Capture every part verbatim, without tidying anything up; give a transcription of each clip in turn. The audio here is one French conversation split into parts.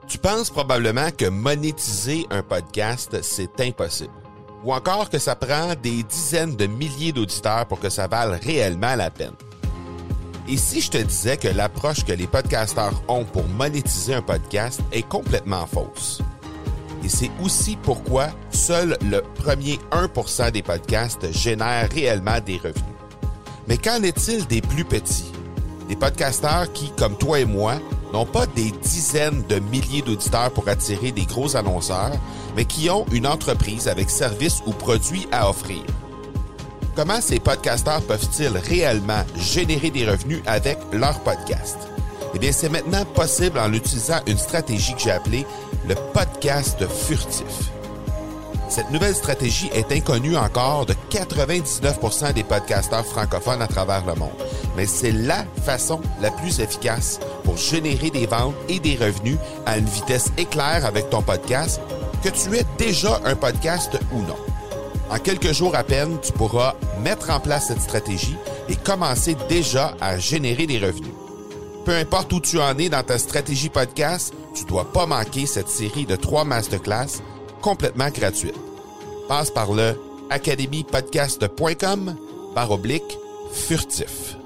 Tu penses probablement que monétiser un podcast, c'est impossible. Ou encore que ça prend des dizaines de milliers d'auditeurs pour que ça vale réellement la peine. Et si je te disais que l'approche que les podcasteurs ont pour monétiser un podcast est complètement fausse? Et c'est aussi pourquoi seul le premier un pour cent des podcasts génèrent réellement des revenus. Mais qu'en est-il des plus petits? Des podcasteurs qui, comme toi et moi, n'ont pas des dizaines de milliers d'auditeurs pour attirer des gros annonceurs, mais qui ont une entreprise avec services ou produits à offrir. Comment ces podcasteurs peuvent-ils réellement générer des revenus avec leur podcast? Eh bien, c'est maintenant possible en utilisant une stratégie que j'ai appelée le podcast furtif. Cette nouvelle stratégie est inconnue encore de quatre-vingt-dix-neuf pour cent des podcasteurs francophones à travers le monde. Mais c'est la façon la plus efficace pour générer des ventes et des revenus à une vitesse éclair avec ton podcast, que tu aies déjà un podcast ou non. En quelques jours à peine, tu pourras mettre en place cette stratégie et commencer déjà à générer des revenus. Peu importe où tu en es dans ta stratégie podcast, tu ne dois pas manquer cette série de trois masterclass complètement gratuite. Passe par le academy podcast point com barre oblique furtif.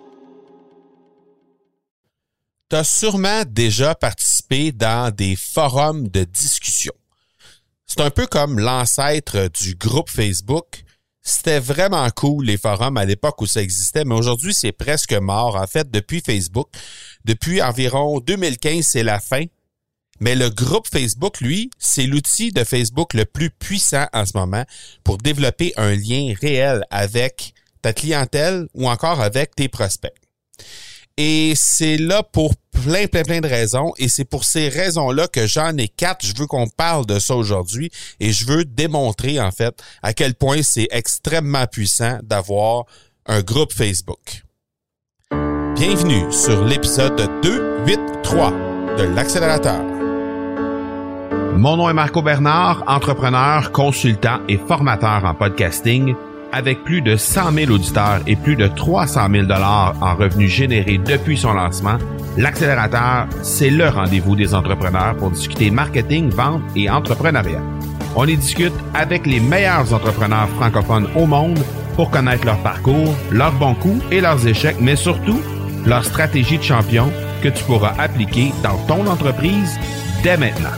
Tu as sûrement déjà participé dans des forums de discussion. C'est un peu comme l'ancêtre du groupe Facebook. C'était vraiment cool, les forums, à l'époque où ça existait, mais aujourd'hui, c'est presque mort. En fait, depuis Facebook, depuis environ deux mille quinze, c'est la fin. Mais le groupe Facebook, lui, c'est l'outil de Facebook le plus puissant en ce moment pour développer un lien réel avec ta clientèle ou encore avec tes prospects. Et c'est là pour plein, plein, plein de raisons. Et c'est pour ces raisons-là que j'en ai quatre. Je veux qu'on parle de ça aujourd'hui et je veux démontrer, en fait, à quel point c'est extrêmement puissant d'avoir un groupe Facebook. Bienvenue sur l'épisode deux cent quatre-vingt-trois de l'Accélérateur. Mon nom est Marco Bernard, entrepreneur, consultant et formateur en podcasting. Avec plus de cent mille auditeurs et plus de trois cent mille dollars en revenus générés depuis son lancement, l'Accélérateur, c'est le rendez-vous des entrepreneurs pour discuter marketing, vente et entrepreneuriat. On y discute avec les meilleurs entrepreneurs francophones au monde pour connaître leur parcours, leurs bons coups et leurs échecs, mais surtout leur stratégie de champion que tu pourras appliquer dans ton entreprise dès maintenant.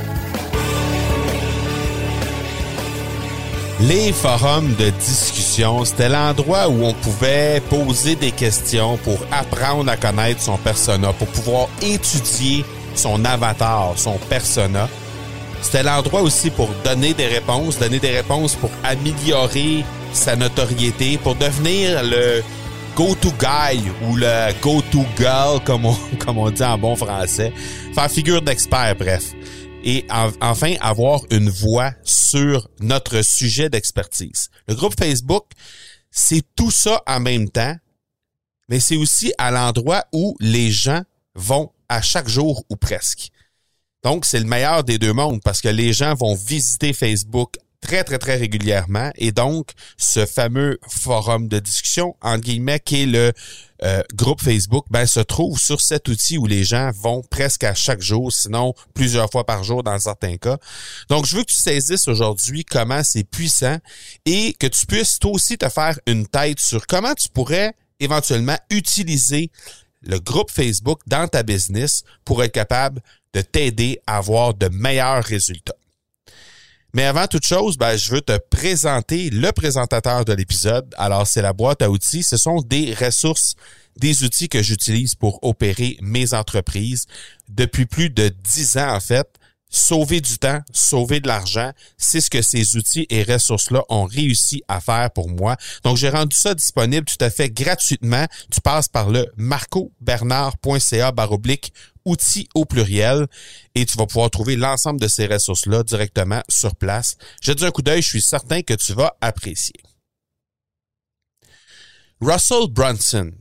Les forums de discussion, c'était l'endroit où on pouvait poser des questions pour apprendre à connaître son persona, pour pouvoir étudier son avatar, son persona. C'était l'endroit aussi pour donner des réponses, donner des réponses pour améliorer sa notoriété, pour devenir le go-to guy ou le go-to girl, comme on, comme on dit en bon français. Faire figure d'expert, bref. Et en, enfin avoir une voix sur notre sujet d'expertise. Le groupe Facebook, c'est tout ça en même temps, mais c'est aussi à l'endroit où les gens vont à chaque jour ou presque. Donc, c'est le meilleur des deux mondes parce que les gens vont visiter Facebook très, très, très régulièrement. Et donc, ce fameux forum de discussion, entre guillemets, qui est le euh, groupe Facebook, ben, se trouve sur cet outil où les gens vont presque à chaque jour, sinon plusieurs fois par jour dans certains cas. Donc, je veux que tu saisisses aujourd'hui comment c'est puissant et que tu puisses toi aussi te faire une tête sur comment tu pourrais éventuellement utiliser le groupe Facebook dans ta business pour être capable de t'aider à avoir de meilleurs résultats. Mais avant toute chose, ben, je veux te présenter le présentateur de l'épisode. Alors, c'est la boîte à outils. Ce sont des ressources, des outils que j'utilise pour opérer mes entreprises depuis plus de dix ans, en fait. Sauver du temps, sauver de l'argent, c'est ce que ces outils et ressources-là ont réussi à faire pour moi. Donc, j'ai rendu ça disponible tout à fait gratuitement. Tu passes par le marcobernard.ca barre oblique outils au pluriel et tu vas pouvoir trouver l'ensemble de ces ressources-là directement sur place. Jette un coup d'œil, je suis certain que tu vas apprécier. Russell Brunson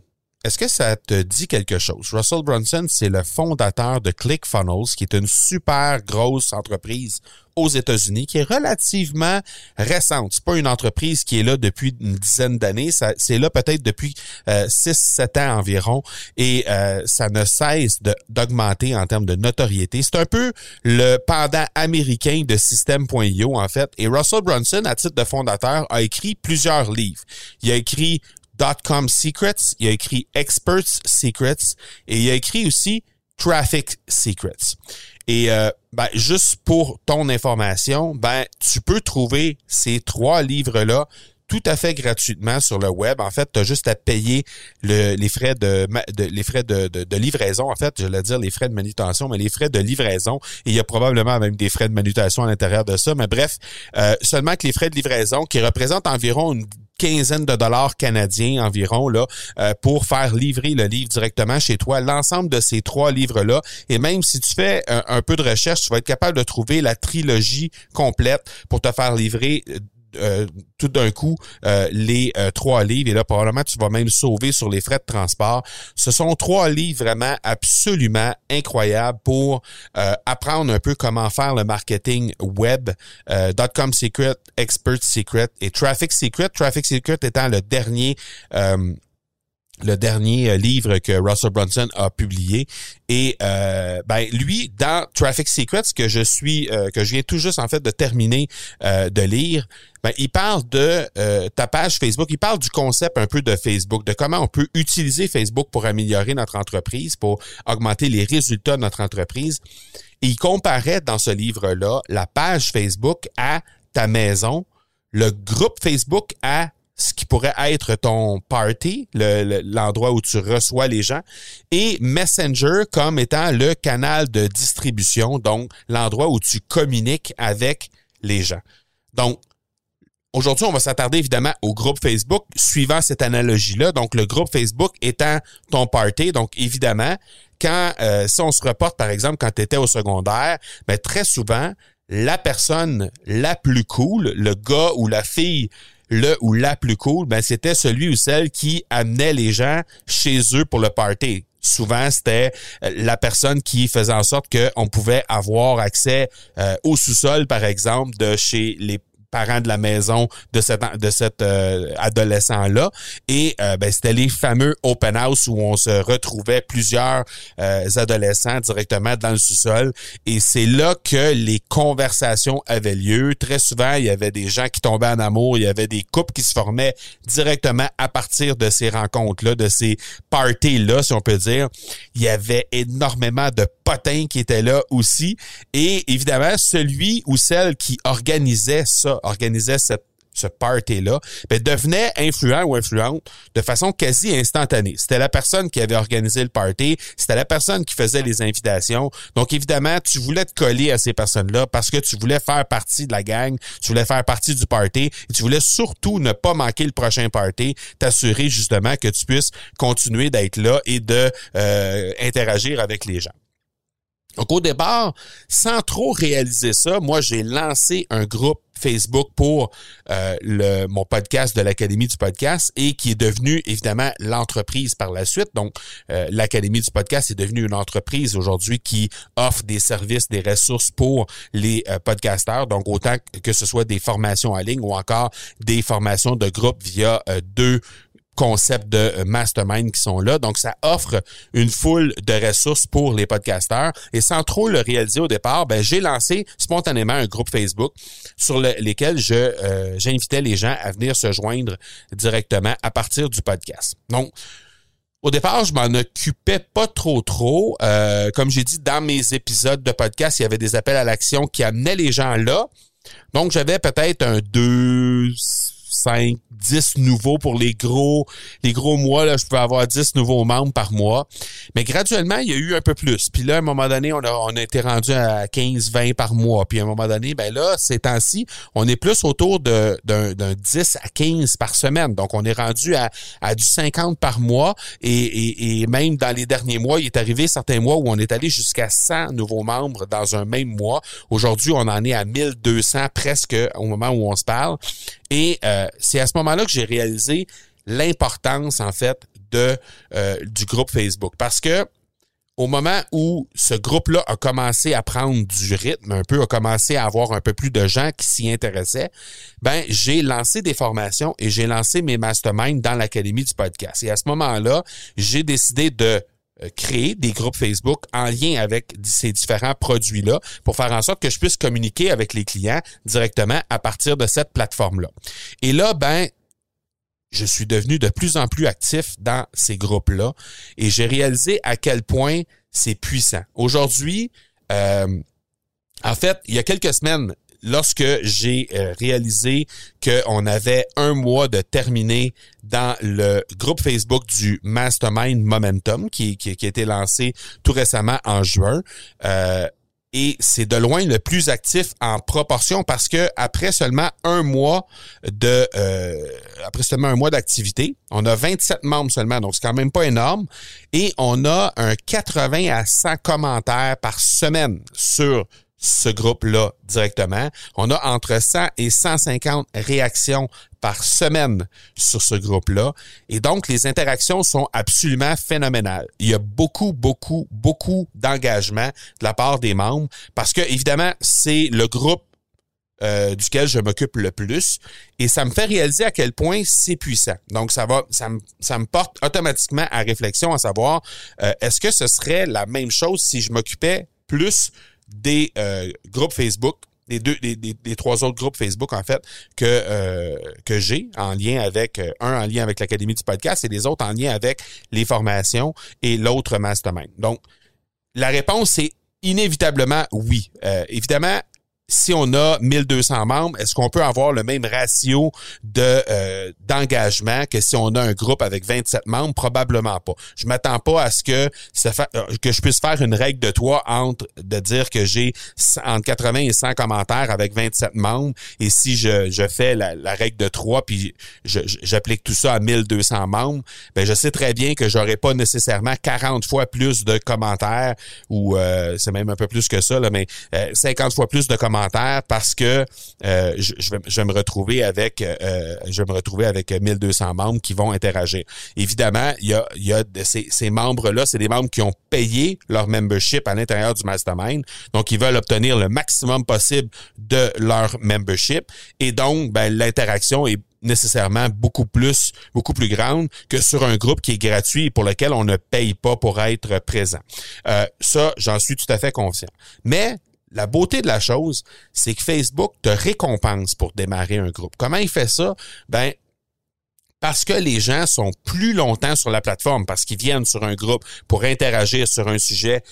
est-ce que ça te dit quelque chose? Russell Brunson, c'est le fondateur de ClickFunnels, qui est une super grosse entreprise aux États-Unis, qui est relativement récente. C'est pas une entreprise qui est là depuis une dizaine d'années. Ça, c'est là peut-être depuis euh, six sept ans environ. Et euh, ça ne cesse de, d'augmenter en termes de notoriété. C'est un peu le pendant américain de System point io, en fait. Et Russell Brunson, à titre de fondateur, a écrit plusieurs livres. Il a écrit Dot-com Secrets, il a écrit Experts Secrets et il a écrit aussi Traffic Secrets. Et euh, ben, juste pour ton information, ben tu peux trouver ces trois livres-là tout à fait gratuitement sur le web. En fait, tu as juste à payer le, les frais de, de les frais de, de, de livraison. En fait, je vais dire les frais de manutention, mais les frais de livraison. Et il y a probablement même des frais de manutention à l'intérieur de ça. Mais bref, euh, seulement que les frais de livraison qui représentent environ une quinzaine de dollars canadiens environ là euh, pour faire livrer le livre directement chez toi. L'ensemble de ces trois livres-là, et même si tu fais un, un peu de recherche, tu vas être capable de trouver la trilogie complète pour te faire livrer Euh, tout d'un coup euh, les euh, trois livres, et là probablement tu vas même sauver sur les frais de transport. Ce sont trois livres vraiment absolument incroyables pour euh, apprendre un peu comment faire le marketing web. euh, Dot-com Secret, Expert Secret et Traffic Secret. Traffic Secret étant le dernier euh, le dernier livre que Russell Brunson a publié. Et euh, ben lui, dans Traffic Secrets, que je suis, euh, que je viens tout juste en fait de terminer euh, de lire, ben il parle de euh, ta page Facebook. Il parle du concept un peu de Facebook, de comment on peut utiliser Facebook pour améliorer notre entreprise, pour augmenter les résultats de notre entreprise. Et il comparait dans ce livre-là la page Facebook à ta maison, le groupe Facebook à ce qui pourrait être ton party, le, le, l'endroit où tu reçois les gens, et Messenger comme étant le canal de distribution, donc l'endroit où tu communiques avec les gens. Donc, aujourd'hui, on va s'attarder évidemment au groupe Facebook, suivant cette analogie-là. Donc, le groupe Facebook étant ton party, donc évidemment, quand euh, si on se reporte, par exemple, quand tu étais au secondaire, ben très souvent, la personne la plus cool, le gars ou la fille le ou la plus cool, ben c'était celui ou celle qui amenait les gens chez eux pour le party. Souvent, c'était la personne qui faisait en sorte qu'on pouvait avoir accès euh, au sous-sol, par exemple, de chez les parents de la maison de cet de cet euh, adolescent-là. Et euh, ben c'était les fameux open house où on se retrouvait plusieurs euh, adolescents directement dans le sous-sol. Et c'est là que les conversations avaient lieu. Très souvent, il y avait des gens qui tombaient en amour, il y avait des couples qui se formaient directement à partir de ces rencontres-là, de ces parties-là, si on peut dire. Il y avait énormément de potins qui étaient là aussi. Et évidemment, celui ou celle qui organisait ça, organisait cette, ce party-là, ben, devenait influent ou influente de façon quasi instantanée. C'était la personne qui avait organisé le party, c'était la personne qui faisait les invitations. Donc, évidemment, tu voulais te coller à ces personnes-là parce que tu voulais faire partie de la gang, tu voulais faire partie du party et tu voulais surtout ne pas manquer le prochain party, t'assurer justement que tu puisses continuer d'être là et de euh, interagir avec les gens. Donc, au départ, sans trop réaliser ça, moi, j'ai lancé un groupe Facebook pour euh, le mon podcast de l'Académie du podcast et qui est devenu, évidemment, l'entreprise par la suite. Donc, euh, l'Académie du podcast est devenue une entreprise aujourd'hui qui offre des services, des ressources pour les euh, podcasteurs. Donc, autant que ce soit des formations en ligne ou encore des formations de groupe via euh, deux concepts de mastermind qui sont là. Donc, ça offre une foule de ressources pour les podcasteurs. Et sans trop le réaliser au départ, ben j'ai lancé spontanément un groupe Facebook sur le, lesquels je euh, j'invitais les gens à venir se joindre directement à partir du podcast. Donc, au départ, je m'en occupais pas trop trop. Euh, comme j'ai dit, dans mes épisodes de podcast, il y avait des appels à l'action qui amenaient les gens là. Donc, j'avais peut-être un deux... cinq, dix nouveaux pour les gros les gros mois. Là, je pouvais avoir dix nouveaux membres par mois. Mais graduellement, il y a eu un peu plus. Puis là, à un moment donné, on a, on a été rendu à quinze, vingt par mois. Puis à un moment donné, ben là, ces temps-ci, on est plus autour de, d'un, d'un dix à quinze par semaine. Donc, on est rendu à, à du cinquante par mois. Et, et, et même dans les derniers mois, il est arrivé certains mois où on est allé jusqu'à cent nouveaux membres dans un même mois. Aujourd'hui, on en est à mille deux cents presque au moment où on se parle. Et euh, c'est à ce moment-là que j'ai réalisé l'importance, en fait, de euh, du groupe Facebook. Parce que au moment où ce groupe-là a commencé à prendre du rythme un peu, a commencé à avoir un peu plus de gens qui s'y intéressaient, ben j'ai lancé des formations et j'ai lancé mes masterminds dans l'Académie du podcast. Et à ce moment-là, j'ai décidé de créer des groupes Facebook en lien avec ces différents produits-là pour faire en sorte que je puisse communiquer avec les clients directement à partir de cette plateforme-là. Et là, ben je suis devenu de plus en plus actif dans ces groupes-là et j'ai réalisé à quel point c'est puissant. Aujourd'hui, euh, en fait, il y a quelques semaines, lorsque j'ai euh, réalisé qu'on avait un mois de terminé dans le groupe Facebook du Mastermind Momentum qui, qui, qui a été lancé tout récemment en juin, euh, et c'est de loin le plus actif en proportion parce que après seulement un mois de euh, après seulement un mois d'activité, on a vingt-sept membres seulement, donc c'est quand même pas énorme, et on a un quatre-vingts à cent commentaires par semaine sur ce groupe-là directement. On a entre cent et cent cinquante réactions par semaine sur ce groupe-là. Et donc, les interactions sont absolument phénoménales. Il y a beaucoup, beaucoup, beaucoup d'engagement de la part des membres parce que, évidemment, c'est le groupe euh, duquel je m'occupe le plus et ça me fait réaliser à quel point c'est puissant. Donc, ça va, ça me, ça me porte automatiquement à réflexion à savoir, euh, est-ce que ce serait la même chose si je m'occupais plus des euh, groupes Facebook, des deux, des, des, des trois autres groupes Facebook en fait que euh, que j'ai en lien avec euh, un en lien avec l'Académie du podcast et les autres en lien avec les formations et l'autre mastermind. Donc la réponse est inévitablement oui. Euh, évidemment, si on a mille deux cents membres, est-ce qu'on peut avoir le même ratio de euh, d'engagement que si on a un groupe avec vingt-sept membres? Probablement pas. Je m'attends pas à ce que ça fa- que je puisse faire une règle de trois entre de dire que j'ai entre quatre-vingts et cent commentaires avec vingt-sept membres et si je, je fais la, la règle de trois puis je, je, j'applique tout ça à mille deux cents membres, ben je sais très bien que j'aurai pas nécessairement quarante fois plus de commentaires ou euh, c'est même un peu plus que ça là, mais euh, cinquante fois plus de commentaires parce que euh, je, je, vais, je vais me retrouver avec euh, je vais me retrouver avec mille deux cents membres qui vont interagir. Évidemment, il y a, il y a de ces, ces membres-là, c'est des membres qui ont payé leur membership à l'intérieur du mastermind, donc ils veulent obtenir le maximum possible de leur membership et donc ben, l'interaction est nécessairement beaucoup plus, beaucoup plus grande que sur un groupe qui est gratuit et pour lequel on ne paye pas pour être présent. Euh, ça, j'en suis tout à fait conscient. Mais la beauté de la chose, c'est que Facebook te récompense pour démarrer un groupe. Comment il fait ça? Ben, parce que les gens sont plus longtemps sur la plateforme, parce qu'ils viennent sur un groupe pour interagir sur un sujet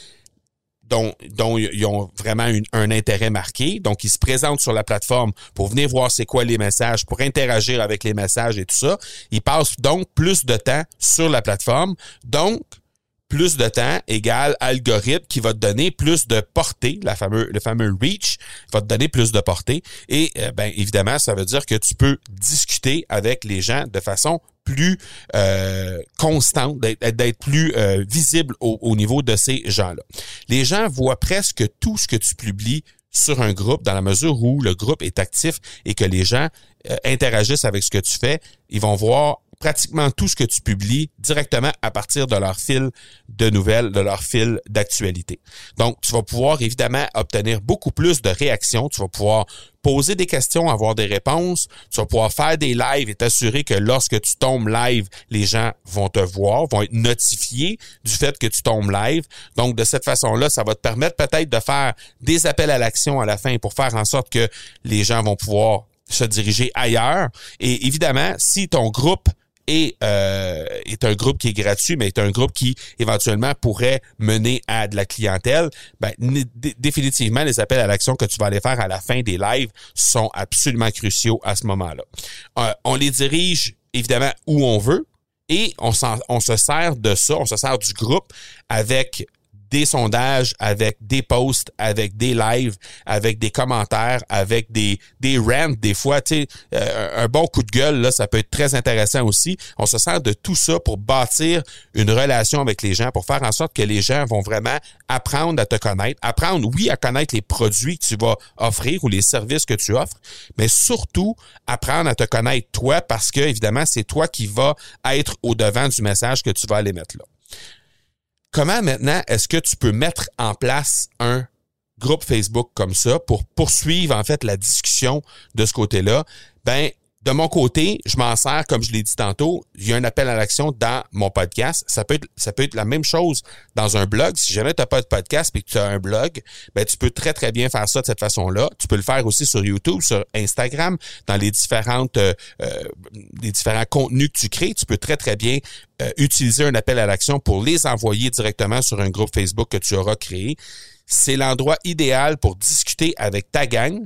dont, dont ils ont vraiment une, un intérêt marqué. Donc, ils se présentent sur la plateforme pour venir voir c'est quoi les messages, pour interagir avec les messages et tout ça. Ils passent donc plus de temps sur la plateforme. Donc, plus de temps égale algorithme qui va te donner plus de portée, la fameux, le fameux reach va te donner plus de portée. Et euh, ben évidemment, ça veut dire que tu peux discuter avec les gens de façon plus euh, constante, d'être, d'être plus euh, visible au, au niveau de ces gens-là. Les gens voient presque tout ce que tu publies sur un groupe dans la mesure où le groupe est actif et que les gens euh, interagissent avec ce que tu fais. Ils vont voir pratiquement tout ce que tu publies directement à partir de leur fil de nouvelles, de leur fil d'actualité. Donc, tu vas pouvoir évidemment obtenir beaucoup plus de réactions. Tu vas pouvoir poser des questions, avoir des réponses. Tu vas pouvoir faire des lives et t'assurer que lorsque tu tombes live, les gens vont te voir, vont être notifiés du fait que tu tombes live. Donc, de cette façon-là, ça va te permettre peut-être de faire des appels à l'action à la fin pour faire en sorte que les gens vont pouvoir se diriger ailleurs. Et évidemment, si ton groupe Et euh, est un groupe qui est gratuit, mais est un groupe qui éventuellement pourrait mener à de la clientèle, ben, d- définitivement, les appels à l'action que tu vas aller faire à la fin des lives sont absolument cruciaux à ce moment-là. Euh, on les dirige évidemment où on veut et on, s'en, on se sert de ça, on se sert du groupe avec des sondages, avec des posts, avec des lives, avec des commentaires, avec des des rants des fois, tu sais, euh, un bon coup de gueule là, ça peut être très intéressant aussi. On se sert de tout ça pour bâtir une relation avec les gens, pour faire en sorte que les gens vont vraiment apprendre à te connaître, apprendre oui à connaître les produits que tu vas offrir ou les services que tu offres, mais surtout apprendre à te connaître toi, parce que évidemment, c'est toi qui vas être au devant du message que tu vas aller mettre là. Comment maintenant est-ce que tu peux mettre en place un groupe Facebook comme ça pour poursuivre en fait la discussion de ce côté-là? Ben, de mon côté, je m'en sers, comme je l'ai dit tantôt, il y a un appel à l'action dans mon podcast. Ça peut être, ça peut être la même chose dans un blog. Si jamais tu n'as pas de podcast et que tu as un blog, ben tu peux très, très bien faire ça de cette façon-là. Tu peux le faire aussi sur YouTube, sur Instagram, dans les différentes, euh, euh, les différents contenus que tu crées. Tu peux très, très bien euh, utiliser un appel à l'action pour les envoyer directement sur un groupe Facebook que tu auras créé. C'est l'endroit idéal pour discuter avec ta gang.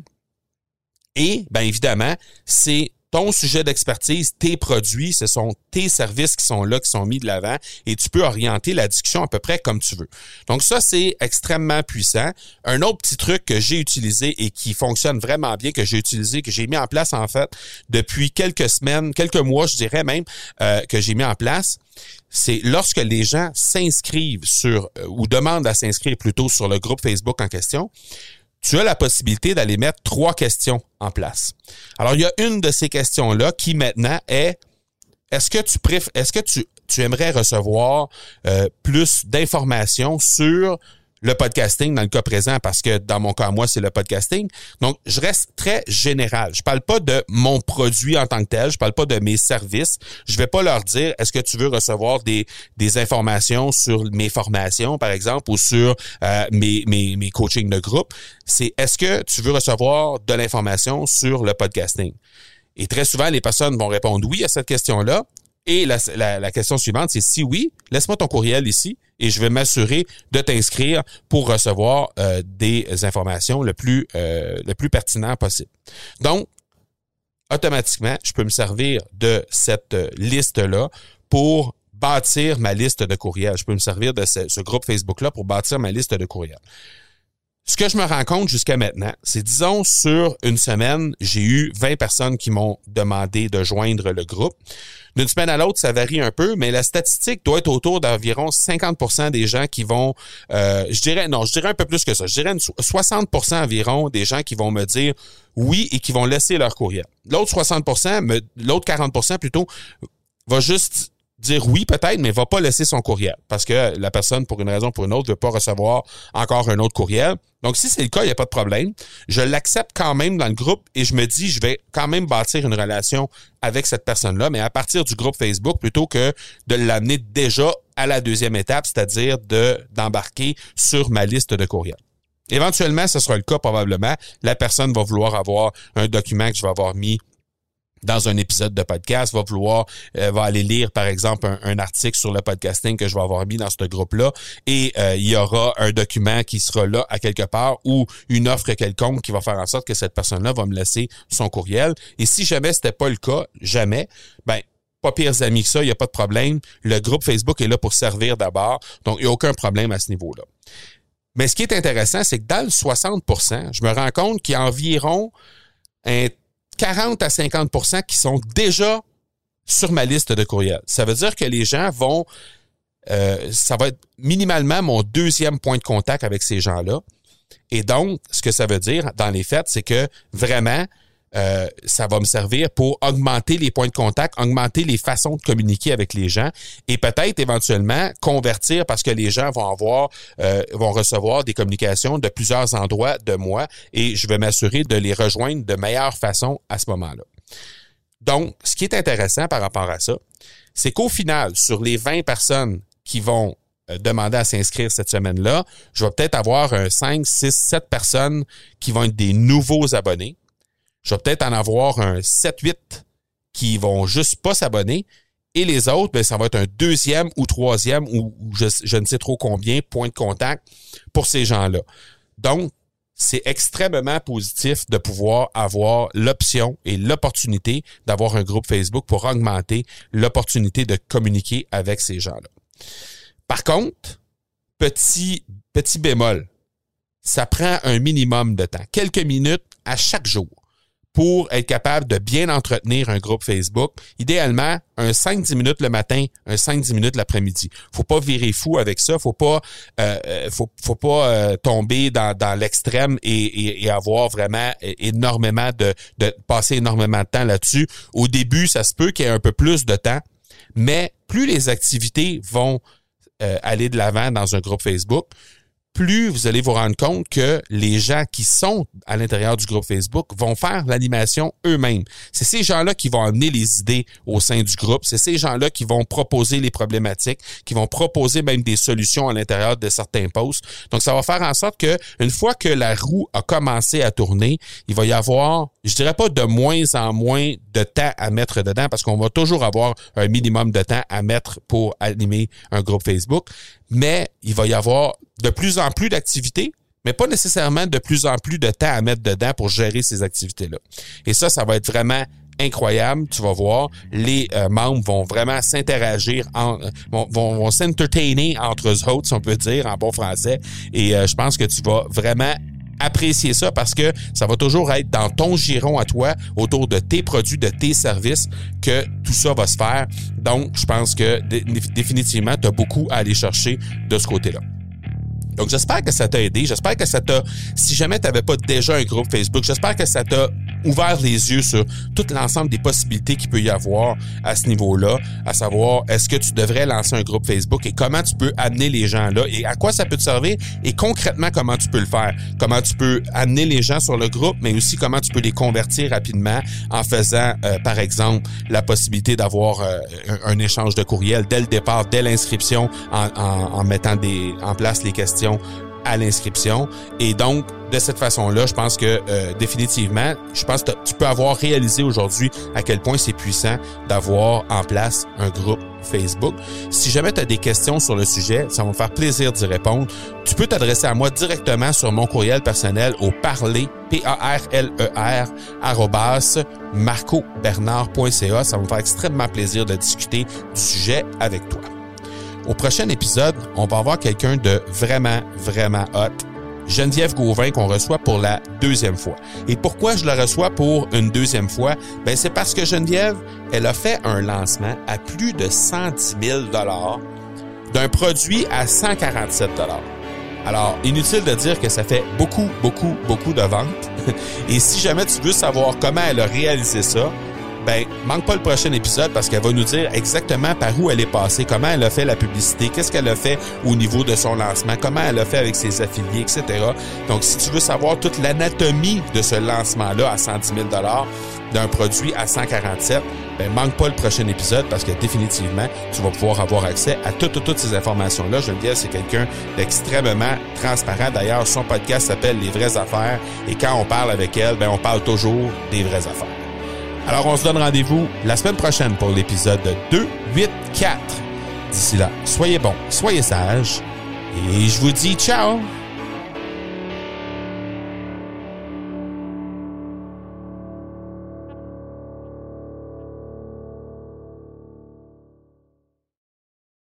Et, bien évidemment, c'est ton sujet d'expertise, tes produits, ce sont tes services qui sont là, qui sont mis de l'avant, et tu peux orienter la discussion à peu près comme tu veux. Donc ça, c'est extrêmement puissant. Un autre petit truc que j'ai utilisé et qui fonctionne vraiment bien, que j'ai utilisé, que j'ai mis en place en fait depuis quelques semaines, quelques mois, je dirais même, euh, que j'ai mis en place, c'est lorsque les gens s'inscrivent sur, euh, ou demandent à s'inscrire plutôt sur le groupe Facebook en question, tu as la possibilité d'aller mettre trois questions en place. Alors, il y a une de ces questions-là qui maintenant est, est-ce que tu préf- est-ce que tu, tu aimerais recevoir euh, plus d'informations sur le podcasting dans le cas présent, parce que dans mon cas, moi, c'est le podcasting. Donc, je reste très général. Je parle pas de mon produit en tant que tel. Je parle pas de mes services. Je vais pas leur dire, est-ce que tu veux recevoir des, des informations sur mes formations, par exemple, ou sur euh, mes, mes, mes coachings de groupe. C'est, est-ce que tu veux recevoir de l'information sur le podcasting? Et très souvent, les personnes vont répondre oui à cette question-là. Et la, la, la question suivante, c'est si oui, laisse-moi ton courriel ici et je vais m'assurer de t'inscrire pour recevoir euh, des informations le plus, euh, le plus pertinent possible. Donc, automatiquement, je peux me servir de cette liste-là pour bâtir ma liste de courriels. Je peux me servir de ce, ce groupe Facebook-là pour bâtir ma liste de courriels. Ce que je me rends compte jusqu'à maintenant, c'est, disons, sur une semaine, j'ai eu vingt personnes qui m'ont demandé de joindre le groupe. D'une semaine à l'autre, ça varie un peu, mais la statistique doit être autour d'environ cinquante pour cent des gens qui vont, euh, je dirais, non, je dirais un peu plus que ça. Je dirais une soixante pour cent environ des gens qui vont me dire oui et qui vont laisser leur courriel. L'autre soixante pour cent, me, l'autre quarante pour cent plutôt, va juste dire oui peut-être, mais va pas laisser son courriel parce que la personne, pour une raison ou pour une autre, veut pas recevoir encore un autre courriel. Donc, si c'est le cas, il n'y a pas de problème. Je l'accepte quand même dans le groupe et je me dis, je vais quand même bâtir une relation avec cette personne-là, mais à partir du groupe Facebook plutôt que de l'amener déjà à la deuxième étape, c'est-à-dire de d'embarquer sur ma liste de courriels. Éventuellement, ce sera le cas probablement. La personne va vouloir avoir un document que je vais avoir mis dans un épisode de podcast, va vouloir, euh, va aller lire, par exemple, un, un article sur le podcasting que je vais avoir mis dans ce groupe-là et euh, il y aura un document qui sera là à quelque part ou une offre quelconque qui va faire en sorte que cette personne-là va me laisser son courriel. Et si jamais c'était pas le cas, jamais, ben, pas pires amis que ça, il n'y a pas de problème. Le groupe Facebook est là pour servir d'abord, donc il n'y a aucun problème à ce niveau-là. Mais ce qui est intéressant, c'est que dans le soixante pour cent, je me rends compte qu'il y a environ un quarante à cinquante pour cent qui sont déjà sur ma liste de courriels. Ça veut dire que les gens vont, euh, ça va être minimalement mon deuxième point de contact avec ces gens-là. Et donc, ce que ça veut dire dans les faits, c'est que vraiment, euh, ça va me servir pour augmenter les points de contact, augmenter les façons de communiquer avec les gens et peut-être éventuellement convertir parce que les gens vont avoir, euh, vont recevoir des communications de plusieurs endroits de moi et je vais m'assurer de les rejoindre de meilleure façon à ce moment-là. Donc, ce qui est intéressant par rapport à ça, c'est qu'au final, sur les vingt personnes qui vont demander à s'inscrire cette semaine-là, je vais peut-être avoir un cinq, six, sept personnes qui vont être des nouveaux abonnés. Je vais peut-être en avoir un sept huit qui vont juste pas s'abonner. Et les autres, ben, ça va être un deuxième ou troisième ou, ou je, je ne sais trop combien points de contact pour ces gens-là. Donc, c'est extrêmement positif de pouvoir avoir l'option et l'opportunité d'avoir un groupe Facebook pour augmenter l'opportunité de communiquer avec ces gens-là. Par contre, petit, petit bémol, ça prend un minimum de temps, quelques minutes à chaque jour pour être capable de bien entretenir un groupe Facebook. Idéalement, un cinq à dix minutes le matin, un cinq à dix minutes l'après-midi. Faut pas virer fou avec ça, faut pas euh, faut, faut pas euh, tomber dans, dans l'extrême et, et, et avoir vraiment énormément de, de passer énormément de temps là-dessus. Au début, ça se peut qu'il y ait un peu plus de temps, mais plus les activités vont euh, aller de l'avant dans un groupe Facebook, plus vous allez vous rendre compte que les gens qui sont à l'intérieur du groupe Facebook vont faire l'animation eux-mêmes. C'est ces gens-là qui vont amener les idées au sein du groupe. C'est ces gens-là qui vont proposer les problématiques, qui vont proposer même des solutions à l'intérieur de certains posts. Donc, ça va faire en sorte que une fois que la roue a commencé à tourner, il va y avoir, je dirais pas de moins en moins de temps à mettre dedans parce qu'on va toujours avoir un minimum de temps à mettre pour animer un groupe Facebook. Mais il va y avoir de plus en plus d'activités, mais pas nécessairement de plus en plus de temps à mettre dedans pour gérer ces activités-là. Et ça, ça va être vraiment incroyable. Tu vas voir, les euh, membres vont vraiment s'interagir, en, vont, vont, vont s'entertainer entre eux autres, si on peut dire, en bon français. Et euh, je pense que tu vas vraiment apprécier ça parce que ça va toujours être dans ton giron à toi, autour de tes produits, de tes services, que tout ça va se faire. Donc, je pense que dé- définitivement, tu as beaucoup à aller chercher de ce côté-là. Donc, j'espère que ça t'a aidé. J'espère que ça t'a, si jamais tu n'avais pas déjà un groupe Facebook, j'espère que ça t'a ouvert les yeux sur tout l'ensemble des possibilités qu'il peut y avoir à ce niveau-là, à savoir, est-ce que tu devrais lancer un groupe Facebook et comment tu peux amener les gens là et à quoi ça peut te servir et concrètement, comment tu peux le faire. Comment tu peux amener les gens sur le groupe, mais aussi comment tu peux les convertir rapidement en faisant, euh, par exemple, la possibilité d'avoir euh, un, un échange de courriel dès le départ, dès l'inscription, en, en, en mettant des, en place les questions à l'inscription. Et donc, de cette façon-là, je pense que euh, définitivement, je pense que tu peux avoir réalisé aujourd'hui à quel point c'est puissant d'avoir en place un groupe Facebook. Si jamais tu as des questions sur le sujet, ça va me faire plaisir d'y répondre. Tu peux t'adresser à moi directement sur mon courriel personnel au parler, P A R L E R, arrobas, marco bernard point c a. Ça va me faire extrêmement plaisir de discuter du sujet avec toi. Au prochain épisode, on va avoir quelqu'un de vraiment, vraiment hot. Geneviève Gauvin qu'on reçoit pour la deuxième fois. Et pourquoi je la reçois pour une deuxième fois? Ben, c'est parce que Geneviève, elle a fait un lancement à plus de cent dix mille dollars d'un produit à cent quarante-sept dollars. Alors, inutile de dire que ça fait beaucoup, beaucoup, beaucoup de ventes. Et si jamais tu veux savoir comment elle a réalisé ça, ben, manque pas le prochain épisode parce qu'elle va nous dire exactement par où elle est passée, comment elle a fait la publicité, qu'est-ce qu'elle a fait au niveau de son lancement, comment elle a fait avec ses affiliés, et cetera. Donc, si tu veux savoir toute l'anatomie de ce lancement-là à cent dix mille dollars d'un produit à cent quarante-sept, ben, manque pas le prochain épisode parce que définitivement, tu vas pouvoir avoir accès à toutes, toutes, toutes ces informations-là. Geneviève, c'est quelqu'un d'extrêmement transparent. D'ailleurs, son podcast s'appelle Les vraies affaires et quand on parle avec elle, ben, on parle toujours des vraies affaires. Alors, on se donne rendez-vous la semaine prochaine pour l'épisode deux cent quatre-vingt-quatre. D'ici là, soyez bons, soyez sages et je vous dis ciao!